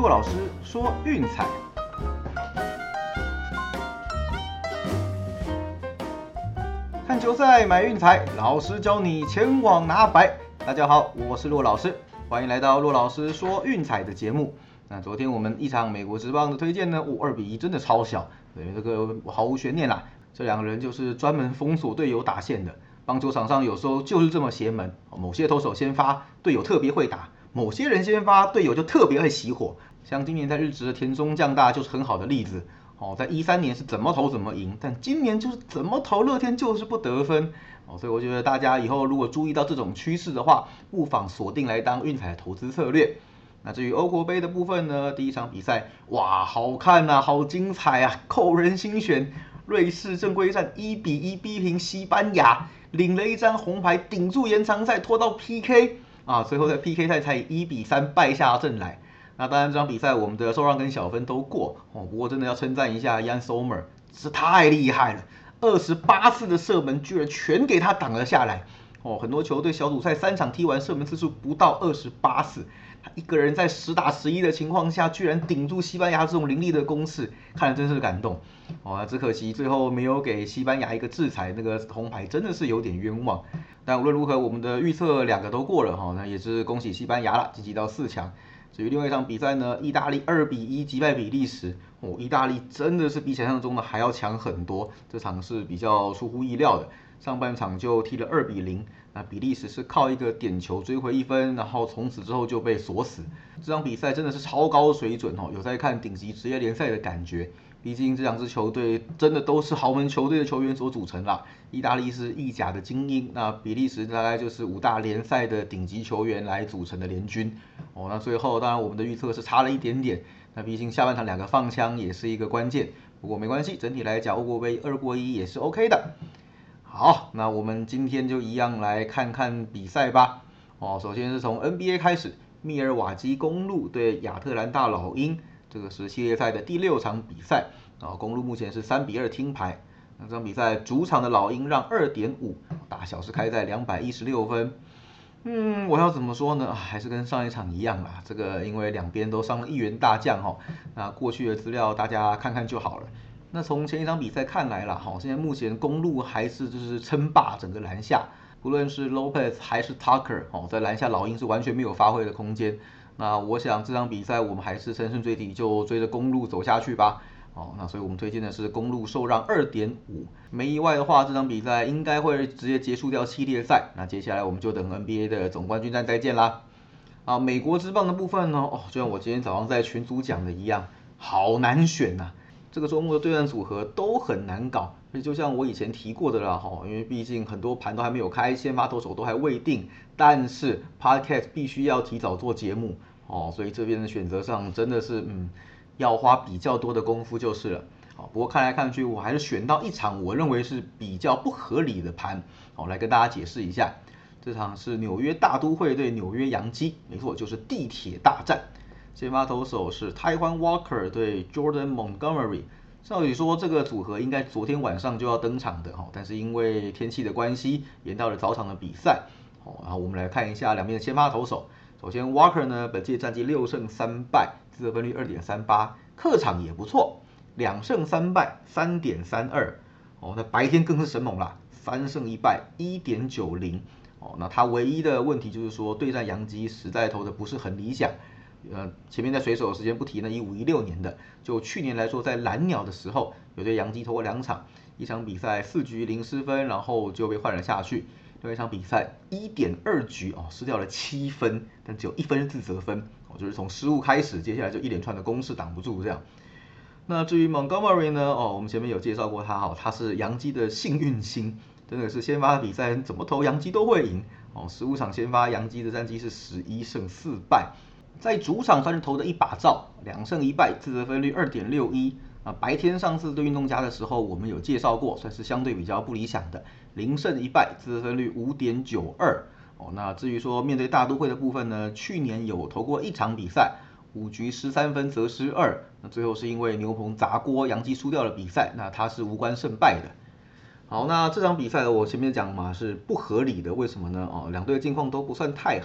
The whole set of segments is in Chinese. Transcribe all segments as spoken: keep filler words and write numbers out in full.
骆老师说运彩。看球赛买运彩，老师教你前往拿白。大家好，我是骆老师，欢迎来到骆老师说运彩的节目。那昨天我们一场美国职棒的推荐呢，哦，二比一真的超小，对，这个毫无悬念啦。这两个人就是专门封锁队友打线的。棒球场上有时候就是这么邪门，某些投手先发，队友特别会打；某些人先发，队友就特别会熄火。像今年在日职的田中将大就是很好的例子。哦，在一三年是怎么投怎么赢，但今年就是怎么投乐天就是不得分。哦，所以我觉得大家以后如果注意到这种趋势的话，不妨锁定来当运彩的投资策略。那至于欧国杯的部分呢，第一场比赛，哇，好看啊，好精彩啊，扣人心弦。瑞士正规战一比一逼平西班牙，领了一张红牌，顶住延长赛拖到 P K 啊，最后在 P K 赛才以一比三败下阵来。那当然这场比赛我们的受让跟小分都过哦，不过真的要称赞一下 Jan Sommer， 是太厉害了，二十八次的射门居然全给他挡了下来。哦，很多球队小组赛三场踢完射门次数不到二十八次，他一个人在十打十一的情况下，居然顶住西班牙这种凌厉的攻势，看了真是感动。哦，只可惜最后没有给西班牙一个制裁，那个红牌真的是有点冤枉。但无论如何，我们的预测两个都过了哈，那也是恭喜西班牙了，晋级到四强。至于另外一场比赛呢，意大利二比一击败比利时，哦，意大利真的是比想象中的还要强很多，这场是比较出乎意料的。上半场就踢了二比零，那比利时是靠一个点球追回一分，然后从此之后就被锁死。这场比赛真的是超高水准哦，有在看顶级职业联赛的感觉。毕竟这两支球队真的都是豪门球队的球员所组成啦。意大利是意甲的精英，那比利时大概就是五大联赛的顶级球员来组成的联军。哦，那最后当然我们的预测是差了一点点，那毕竟下半场两个放枪也是一个关键。不过没关系，整体来讲欧国杯二过一也是 OK 的。好，那我们今天就一样来看看比赛吧。哦，首先是从 N B A 开始，密尔瓦基公鹿对亚特兰大老鹰，这个是系列赛的第六场比赛。啊，公鹿目前是三比二听牌。那这场比赛主场的老鹰让 二点五， 大小是开在两百一十六分。嗯，我要怎么说呢？还是跟上一场一样啦。这个因为两边都上了一员大将哦，那过去的资料大家看看就好了。那从前一场比赛看来啦，哈，现在目前公鹿还是就是称霸整个篮下，不论是 Lopez 还是 Tucker， 哦，在篮下老鹰是完全没有发挥的空间。那我想这场比赛我们还是乘胜追敌，就追着公鹿走下去吧。哦，那所以我们推荐的是公鹿受让 二点五， 没意外的话，这场比赛应该会直接结束掉系列赛。那接下来我们就等 N B A 的总冠军战再见啦。啊，美国职棒的部分呢，哦，就像我今天早上在群组讲的一样，好难选呐、啊。这个周末的对战组合都很难搞，所以就像我以前提过的啦，哈，因为毕竟很多盘都还没有开，先发投手都还未定，但是 Podcast 必须要提早做节目，哦，所以这边的选择上真的是，嗯，要花比较多的功夫就是了。好，不过看来看去，我还是选到一场我认为是比较不合理的盘，好，来跟大家解释一下。这场是纽约大都会对纽约洋基，没错，就是地铁大战。先发投手是 Taijuan Walker 对 Jordan Montgomery。照理说这个组合应该昨天晚上就要登场的，但是因为天气的关系，延到了早场的比赛。然后我们来看一下两边的先发投手。首先 Walker 呢，本届战绩六胜三败，自责分率 二点三八， 客场也不错，两胜三败 三点三二。哦，那白天更是神猛啦，三胜一败 一点九零。哦，那他唯一的问题就是说对战洋基实在投的不是很理想。呃，前面在水手的时间不提呢，一五一六年的，就去年来说，在蓝鸟的时候，有对洋基投过两场，一场比赛四局零失分，然后就被换了下去；另外一场比赛一点二局哦，失掉了七分，但只有一分是自责分，哦，就是从失误开始，接下来就一连串的攻势挡不住这样。那至于 Montgomery 呢，哦，我们前面有介绍过他，哦，他是洋基的幸运星，真的是先发比赛怎么投洋基都会赢，哦，十五场先发洋基的战绩是十一胜四败。在主场算是投的一把照，两胜一败，自责分率 二点六一。啊，白天上次对运动家的时候，我们有介绍过，算是相对比较不理想的，零胜一败，自责分率 五点九二。哦，那至于说面对大都会的部分呢，去年有投过一场比赛，五局失三分则失二，那最后是因为牛棚砸锅，洋基输掉了比赛，那他是无关胜败的。好，那这场比赛我前面讲嘛是不合理的，为什么呢？哦，两队的境况都不算太好。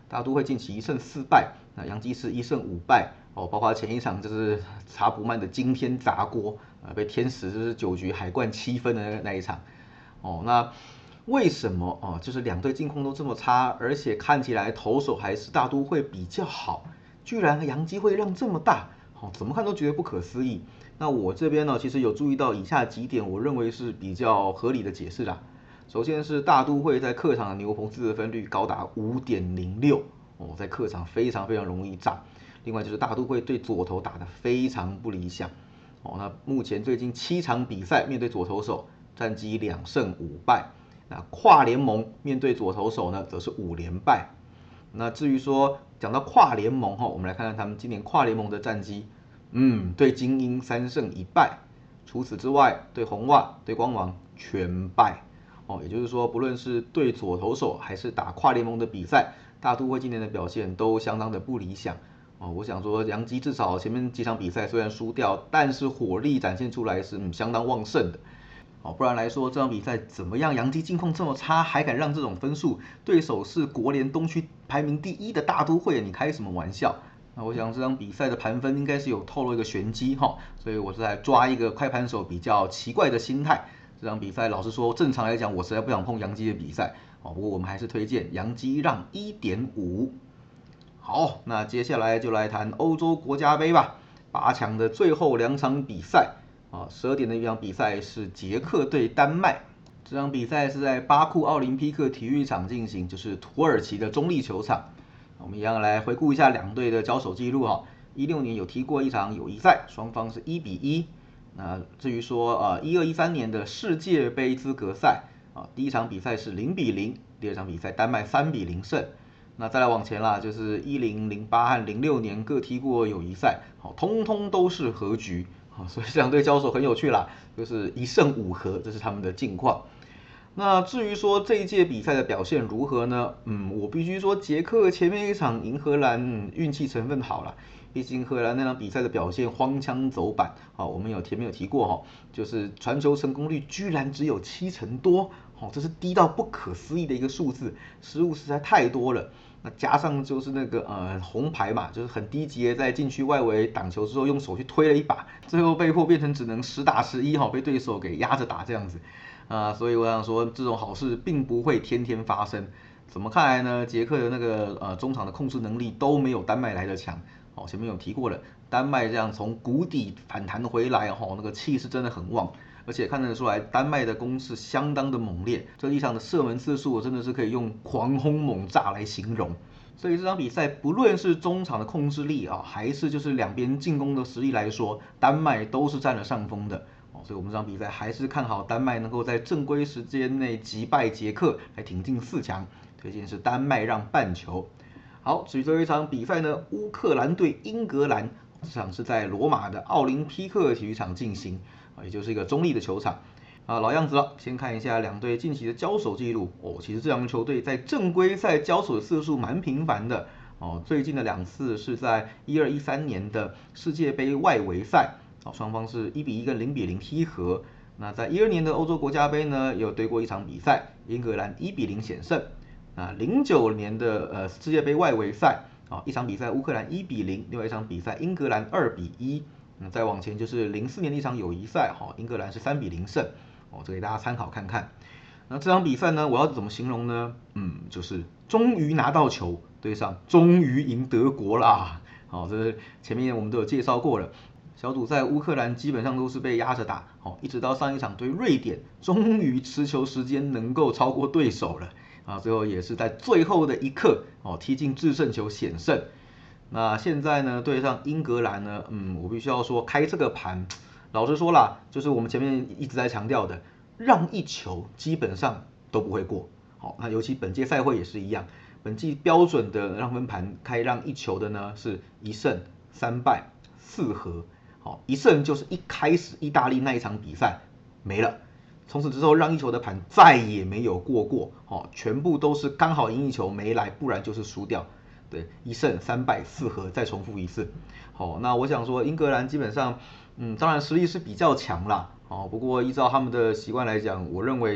大都会近期一胜四败，那洋基是一胜五败哦，包括前一场就是查普曼的惊天砸锅，呃，被天使就是九局海灌七分的那一场哦。那为什么哦？就是两队近况都这么差，而且看起来投手还是大都会比较好，居然洋基会让这么大，哦，怎么看都觉得不可思议。那我这边呢，其实有注意到以下几点，我认为是比较合理的解释啦。首先是大都会在客场的牛棚自得分率高达 五点零六 哦，在客场非常非常容易炸。另外就是大都会对左投打得非常不理想哦，那目前最近七场比赛面对左投手战绩两胜五败，那跨联盟面对左投手呢则是五连败。那至于说讲到跨联盟哈，我们来看看他们今年跨联盟的战绩，嗯，对精英三胜一败，除此之外对红袜、对光芒全败。哦，也就是说，不论是对左投手还是打跨联盟的比赛，大都会今年的表现都相当的不理想。哦，我想说，洋基至少前面几场比赛虽然输掉，但是火力展现出来是、嗯、相当旺盛的。哦，不然来说这场比赛怎么样？洋基近况这么差，还敢让这种分数？对手是国联东区排名第一的大都会，你开什么玩笑？那我想这场比赛的盘分应该是有透露一个玄机哈，所以我是在抓一个快盘手比较奇怪的心态。这场比赛老实说，正常来讲我实在不想碰洋基的比赛哦，不过我们还是推荐洋基让 一点五。好，那接下来就来谈欧洲国家杯吧，八强的最后两场比赛啊，十二点的一场比赛是捷克对丹麦，这场比赛是在巴库奥林匹克体育场进行，就是土耳其的中立球场。我们一样来回顾一下两队的交手记录哈，一六年有踢过一场友谊赛，双方是一比一。那至于说呃一二一三年的世界杯资格赛啊，第一场比赛是零比零，第二场比赛丹麦三比零胜。那再来往前啦，就是一零、零八和零六年各踢过友谊赛，好，通通都是和局，好，所以这两队交手很有趣啦，就是一胜五和，这是他们的近况。那至于说这一届比赛的表现如何呢？嗯，我必须说捷克前面一场赢荷兰，嗯，运气成分好了。毕竟荷兰那场比赛的表现荒腔走板，好，我们有前面有提过哈，就是传球成功率居然只有七成多，好，这是低到不可思议的一个数字，失误实在太多了。那加上就是那个呃红牌嘛，就是很低级的在禁区外围挡球之后用手去推了一把，最后被迫变成只能十打十一哈，被对手给压着打这样子。啊、呃，所以我想说，这种好事并不会天天发生。怎么看来呢？捷克的那个呃中场的控制能力都没有丹麦来的强。哦，前面有提过了，丹麦这样从谷底反弹回来，哈、哦，那个气势真的很旺，而且看得出来丹麦的攻势相当的猛烈。这一场的射门次数真的是可以用狂轰猛炸来形容。所以这场比赛不论是中场的控制力啊，还是就是两边进攻的实力来说，丹麦都是占了上风的。所以我们这场比赛还是看好丹麦能够在正规时间内击败捷克，来挺进四强。推荐是丹麦让半球。好，至于最后一场比赛呢，乌克兰对英格兰，这场是在罗马的奥林匹克体育场进行，啊，也就是一个中立的球场。啊，老样子了，先看一下两队近期的交手记录。哦，其实这两个球队在正规赛交手的次数蛮频繁的。哦，最近的两次是在一二一三年的世界杯外围赛。哦，双方是一比一跟零比零踢和。那在一二年的欧洲国家杯呢，有对过一场比赛，英格兰一比零险胜。啊，零九年的呃世界杯外围赛，啊，一场比赛乌克兰一比零，另外一场比赛英格兰二比一。那再往前就是零四年的一场友谊赛，哈，英格兰是三比零胜。哦，这给大家参考看看。那这场比赛呢，我要怎么形容呢？嗯，就是终于拿到球，对上终于赢德国啦。好，这是前面我们都有介绍过了。小组赛乌克兰基本上都是被压着打，哦，一直到上一场对瑞典，终于持球时间能够超过对手了。啊，最后也是在最后的一刻，哦，踢进制胜球险胜。那现在呢，对上英格兰呢，嗯，我必须要说开这个盘，老实说啦，就是我们前面一直在强调的，让一球基本上都不会过。好，那尤其本届赛会也是一样，本季标准的让分盘开让一球的呢是一胜三败四和。好，一胜就是一开始意大利那一场比赛没了。从此之后，让一球的盘再也没有过过，哦，全部都是刚好赢一球没来，不然就是输掉。对，一胜三败四和，再重复一次。好，那我想说，英格兰基本上，嗯，当然实力是比较强啦，哦，不过依照他们的习惯来讲，我认为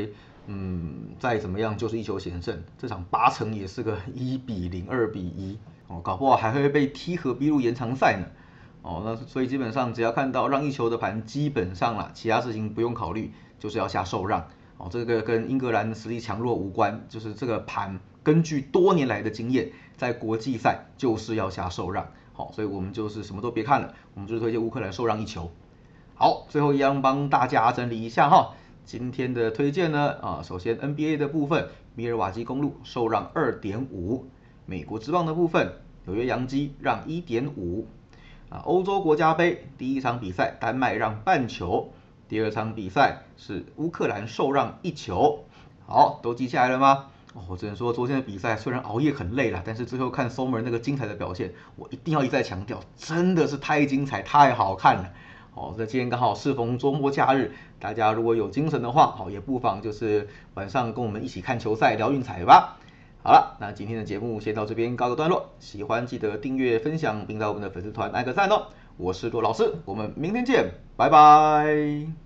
嗯，再怎么样就是一球险胜，这场八成也是个一比零、二比一哦，搞不好还会被踢和逼入延长赛呢。哦，那所以基本上只要看到让一球的盘，基本上啦，其他事情不用考虑，就是要下受让。哦，这个跟英格兰实力强弱无关，就是这个盘根据多年来的经验，在国际赛就是要下受让。好，所以我们就是什么都别看了，我们就是推荐乌克兰受让一球。好，最后一样帮大家整理一下哈，今天的推荐呢，啊，首先 N B A 的部分，米尔瓦基公鹿受让 二点五， 美国职棒的部分，纽约洋基让 一点五。啊，欧洲国家杯第一场比赛，丹麦让半球，第二场比赛是乌克兰受让一球。好，都记下来了吗？哦，我只能说昨天的比赛虽然熬夜很累了，但是最后看 Sommer 那个精彩的表现，我一定要一再强调，真的是太精彩、太好看了。哦，那今天刚好适逢周末假日，大家如果有精神的话，好，也不妨就是晚上跟我们一起看球赛、聊运彩吧。好了，那今天的节目先到这边告个段落，喜欢记得订阅、分享，并到我们的粉丝团按个赞哦。我是骆老师，我们明天见，拜拜。